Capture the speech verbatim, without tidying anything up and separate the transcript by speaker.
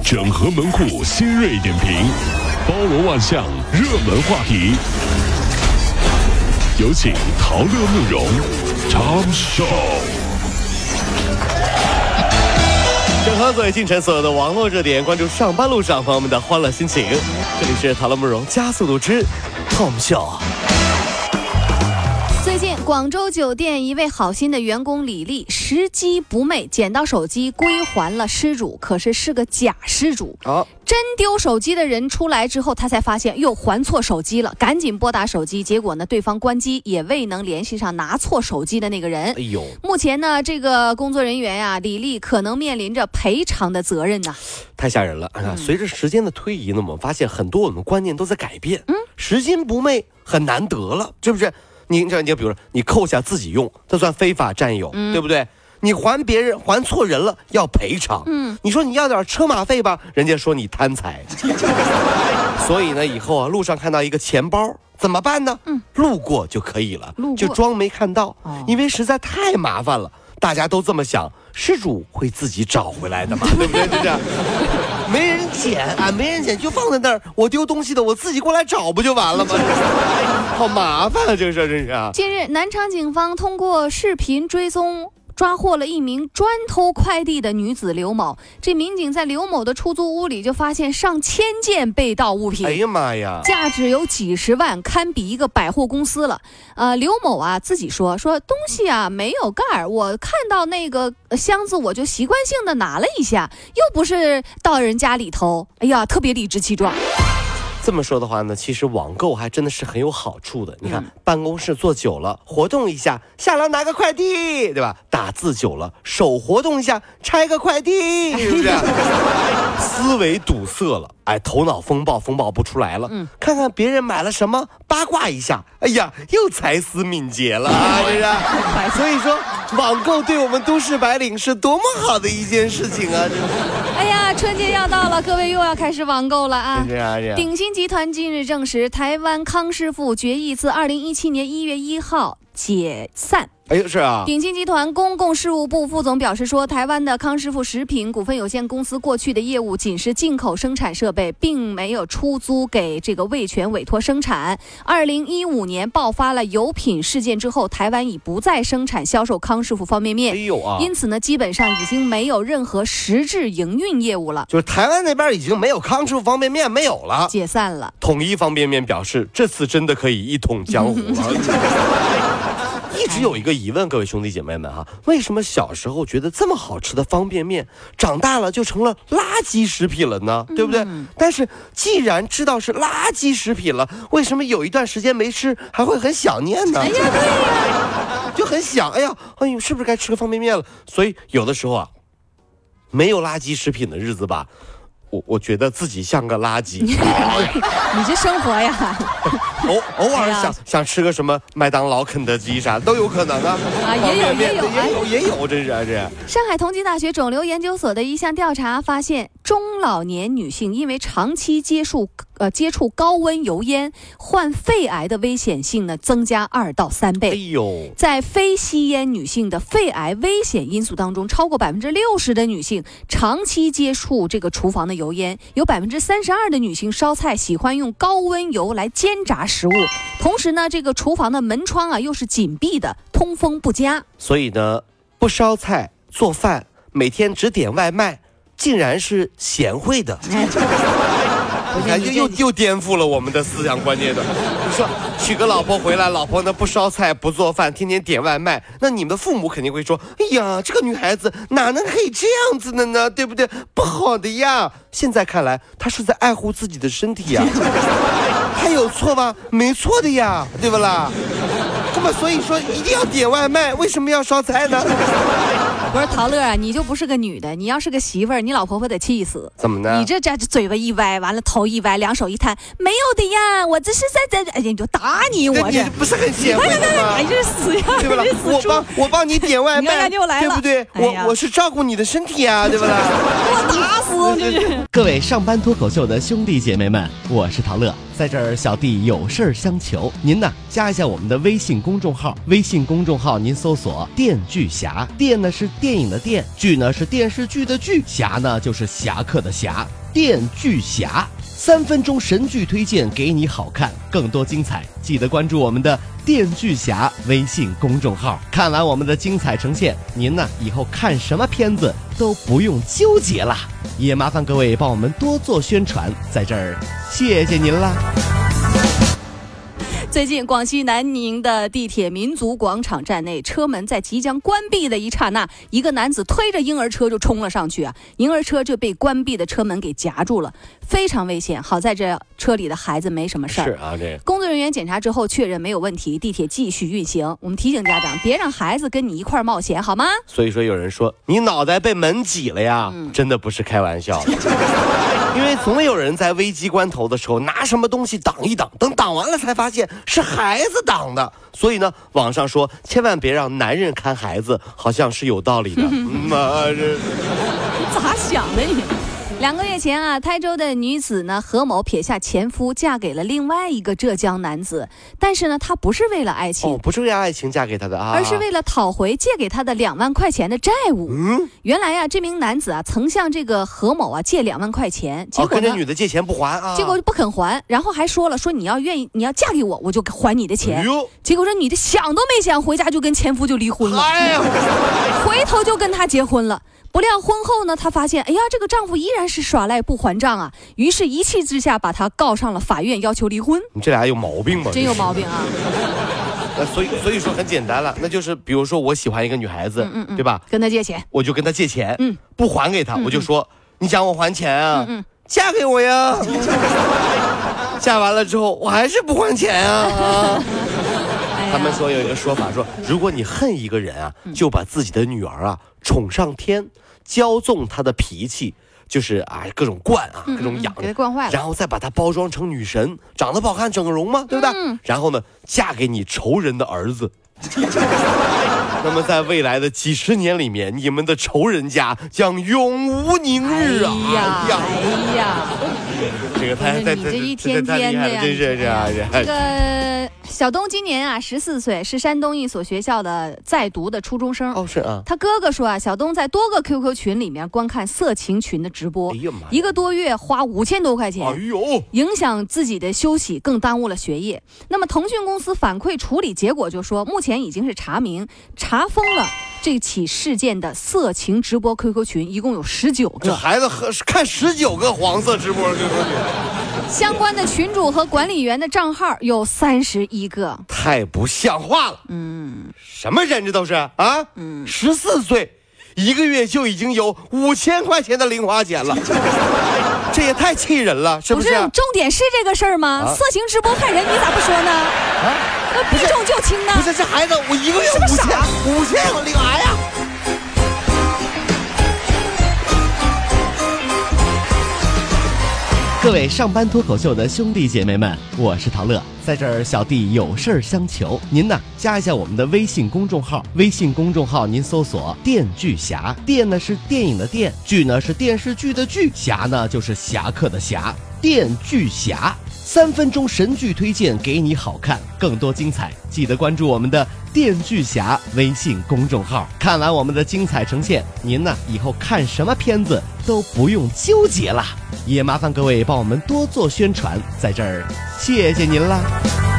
Speaker 1: 整合门户新锐点评，包罗万象，热门话题。有请陶乐慕容长寿。
Speaker 2: 整合最近城所有的网络热点，关注上班路上朋友们的欢乐心情。这里是陶乐慕容加速度之 Tom Show。
Speaker 3: 最近，广州酒店一位好心的员工李丽时机不昧，捡到手机归还了失主，可是是个假失主。
Speaker 2: 哦，
Speaker 3: 真丢手机的人出来之后，他才发现又还错手机了，赶紧拨打手机，结果呢，对方关机，也未能联系上拿错手机的那个人。
Speaker 2: 哎呦，
Speaker 3: 目前呢，这个工作人员呀、啊，李丽可能面临着赔偿的责任呐、啊，
Speaker 2: 太吓人了。嗯、随着时间的推移呢，我们发现很多我们观念都在改变。嗯，拾金不昧很难得了，是不是？你这，你比如说，你扣下自己用，这算非法占有，嗯、对不对？你还别人，还错人了，要赔偿。嗯，你说你要点车马费吧，人家说你贪财。所以呢，以后啊，路上看到一个钱包，怎么办呢？嗯，路过就可以了，就装没看到，哦、因为实在太麻烦了。大家都这么想，失主会自己找回来的嘛，对不对？就这样。没人捡啊，没人捡就放在那儿，我丢东西的我自己过来找不就完了吗？好麻烦啊，这个事儿真是啊。
Speaker 3: 近日，南昌警方通过视频追踪抓获了一名专偷快递的女子刘某。这民警在刘某的出租屋里就发现上千件被盗物品，
Speaker 2: 哎呀妈呀，
Speaker 3: 价值有几十万，堪比一个百货公司了。呃，刘某啊自己说说东西啊没有盖儿，我看到那个箱子我就习惯性的拿了一下，又不是到人家里头，哎呀，特别理直气壮。
Speaker 2: 这么说的话呢，其实网购还真的是很有好处的。你看，嗯、办公室坐久了，活动一下，下楼拿个快递，对吧？打字久了，手活动一下，拆个快递，是不是？思维堵塞了，哎，头脑风暴风暴不出来了。嗯，看看别人买了什么，八卦一下，哎呀，又才思敏捷了啊，这是。所以说，网购对我们都市白领是多么好的一件事情啊！
Speaker 3: 哎呀，春节要到了，各位又要开始网购了啊！
Speaker 2: 是啊，是啊。
Speaker 3: 鼎新集团近日证实，台湾康师傅决议自二零一七年一月一号解散。
Speaker 2: 哎呦，是啊！
Speaker 3: 鼎新集团公共事务部副总表示说，台湾的康师傅食品股份有限公司过去的业务仅是进口生产设备，并没有出租给这个味全委托生产。二零一五年爆发了油品事件之后，台湾已不再生产销售康师傅方便面。
Speaker 2: 哎呦啊！
Speaker 3: 因此呢，基本上已经没有任何实质营运业务了。
Speaker 2: 就是台湾那边已经没有康师傅方便面，没有了，
Speaker 3: 解散了。
Speaker 2: 统一方便面表示，这次真的可以一统江湖了。一直有一个疑问，各位兄弟姐妹们哈，为什么小时候觉得这么好吃的方便面，长大了就成了垃圾食品了呢？对不对？嗯、但是既然知道是垃圾食品了，为什么有一段时间没吃还会很想念呢？
Speaker 3: 哎呀，对呀，
Speaker 2: 就很想，哎呀，哎呦，是不是该吃个方便面了？所以有的时候啊，没有垃圾食品的日子吧。我我觉得自己像个垃圾，
Speaker 3: 你这生活呀，
Speaker 2: 偶偶尔想、哎、想吃个什么麦当劳、肯德基啥都有可能啊，
Speaker 3: 啊也有也有
Speaker 2: 也有也有，真是啊这。
Speaker 3: 上海同济大学肿瘤研究所的一项调查发现，中老年女性因为长期接触呃接触高温油烟，患肺癌的危险性呢增加二到三倍。
Speaker 2: 哎呦，
Speaker 3: 在非吸烟女性的肺癌危险因素当中，超过百分之六十的女性长期接触这个厨房的油烟，有百分之三十二的女性烧菜喜欢用高温油来煎炸食物，同时呢，这个厨房的门窗啊又是紧闭的，通风不佳。
Speaker 2: 所以呢，不烧菜做饭，每天只点外卖，竟然是贤惠的。你看，又又又颠覆了我们的思想观念的。你说娶个老婆回来，老婆呢不烧菜不做饭，天天点外卖，那你们的父母肯定会说：“哎呀，这个女孩子哪能可以这样子的呢？对不对？不好的呀。”现在看来，她是在爱护自己的身体呀。她有错吗？没错的呀，对不啦？那么所以说一定要点外卖，为什么要烧菜呢？
Speaker 3: 不是陶乐啊，你就不是个女的，你要是个媳妇儿，你老婆婆得气死。
Speaker 2: 怎么呢？
Speaker 3: 你这这嘴巴一歪，完了头一歪，两手一摊，没有的呀，我这是在在，哎呀，你就打你，我这
Speaker 2: 不是很贤惠的吗？
Speaker 3: 哎，这死呀，
Speaker 2: 对不啦？我帮我帮你点外卖，对不对？我我是照顾你的身体啊，对不啦？
Speaker 3: 我打死我这是。
Speaker 4: 各位上班脱口秀的兄弟姐妹们，我是陶乐，在这儿小弟有事儿相求，您呢加一下我们的微信公众号，微信公众号您搜索电锯侠，电呢是电影的电，剧呢是电视剧的剧，侠呢就是侠客的侠。 电锯侠，三分钟神剧推荐给你好看，更多精彩记得关注我们的电锯侠微信公众号。看完我们的精彩呈现，您呢以后看什么片子都不用纠结啦，也麻烦各位帮我们多做宣传，在这儿谢谢您啦。
Speaker 3: 最近，广西南宁的地铁民族广场站内，车门在即将关闭的一刹那，一个男子推着婴儿车就冲了上去啊！婴儿车就被关闭的车门给夹住了，非常危险。好在这车里的孩子没什么事儿。
Speaker 2: 是啊，这
Speaker 3: 工作人员检查之后确认没有问题，地铁继续运行。我们提醒家长，别让孩子跟你一块儿冒险，好吗？
Speaker 2: 所以说，有人说你脑袋被门挤了呀，嗯、真的不是开玩笑的。因为总有人在危机关头的时候拿什么东西挡一挡，等挡完了才发现是孩子挡的。所以呢，网上说千万别让男人看孩子，好像是有道理的。妈这
Speaker 3: 你咋想的你？两个月前啊，台州的女子呢何某撇下前夫，嫁给了另外一个浙江男子。但是呢，她不是为了爱情，
Speaker 2: 哦，不是为了爱情嫁给他的啊，
Speaker 3: 而是为了讨回借给他的两万块钱的债务。
Speaker 2: 嗯，
Speaker 3: 原来啊，这名男子啊曾向这个何某啊借两万块钱，结果呢、
Speaker 2: 哦、跟这女的借钱不还啊，
Speaker 3: 结果就不肯还，然后还说了说你要愿意，你要嫁给我，我就还你的钱。哎呦，结果这女的想都没想，回家就跟前夫就离婚了。哎呀，回头就跟他结婚了。不料婚后呢，她发现，哎呀，这个丈夫依然是耍赖不还账啊，于是一气之下把他告上了法院，要求离婚。
Speaker 2: 你这俩有毛病吗？
Speaker 3: 真有毛病啊！
Speaker 2: 那所以所以说很简单了，那就是比如说我喜欢一个女孩子，嗯嗯嗯对吧？
Speaker 3: 跟她借钱，
Speaker 2: 我就跟她借钱，
Speaker 3: 嗯，
Speaker 2: 不还给她，嗯嗯我就说你想我还钱啊，嗯嗯嫁给我呀。嫁完了之后我还是不还钱啊。他们说有一个说法说，如果你恨一个人啊，就把自己的女儿啊宠上天，骄纵她的脾气，就是啊各种惯啊，各种养，
Speaker 3: 给她惯坏了，
Speaker 2: 然后再把她包装成女神，长得不好看整容嘛，对不对？嗯、然后呢，嫁给你仇人的儿子。那么在未来的几十年里面，你们的仇人家将永无宁日啊！
Speaker 3: 哎呀，哎呀，
Speaker 2: 这个太太
Speaker 3: 你这一天天的呀，
Speaker 2: 真是这样。
Speaker 3: 这个小东今年啊十四岁，是山东一所学校的在读的初中生。
Speaker 2: 哦，是啊。
Speaker 3: 他哥哥说啊，小东在多个 Q Q 群里面观看色情群的直播，哎呀妈，一个多月花五千多块钱，哎呦，影响自己的休息，更耽误了学业。那么腾讯公司反馈处理结果就说，目前已经是查明查封了这起事件的色情直播 Q Q 群，一共有十九个。
Speaker 2: 这孩子看十九个黄色直播 Q Q 群，
Speaker 3: 相关的群主和管理员的账号有三十一个，
Speaker 2: 太不像话了。嗯，什么人这都是啊？嗯，十四岁，一个月就已经有五千块钱的零花钱了，这也太气人了，是不是？
Speaker 3: 不是，重点是这个事儿吗？啊、色情直播害人，你咋不说呢？啊，那避重就轻呢？
Speaker 2: 不是，这孩子我一个月五千，五千我领啥呀？
Speaker 4: 各位上班脱口秀的兄弟姐妹们，我是陶乐，在这儿小弟有事儿相求，您呢加一下我们的微信公众号，微信公众号您搜索电锯侠，电呢是电影的电，剧呢是电视剧的剧，侠呢就是侠客的侠，电锯侠，三分钟神剧推荐给你好看，更多精彩记得关注我们的电锯侠微信公众号。看完我们的精彩呈现，您呢以后看什么片子都不用纠结啦，也麻烦各位帮我们多做宣传，在这儿谢谢您啦。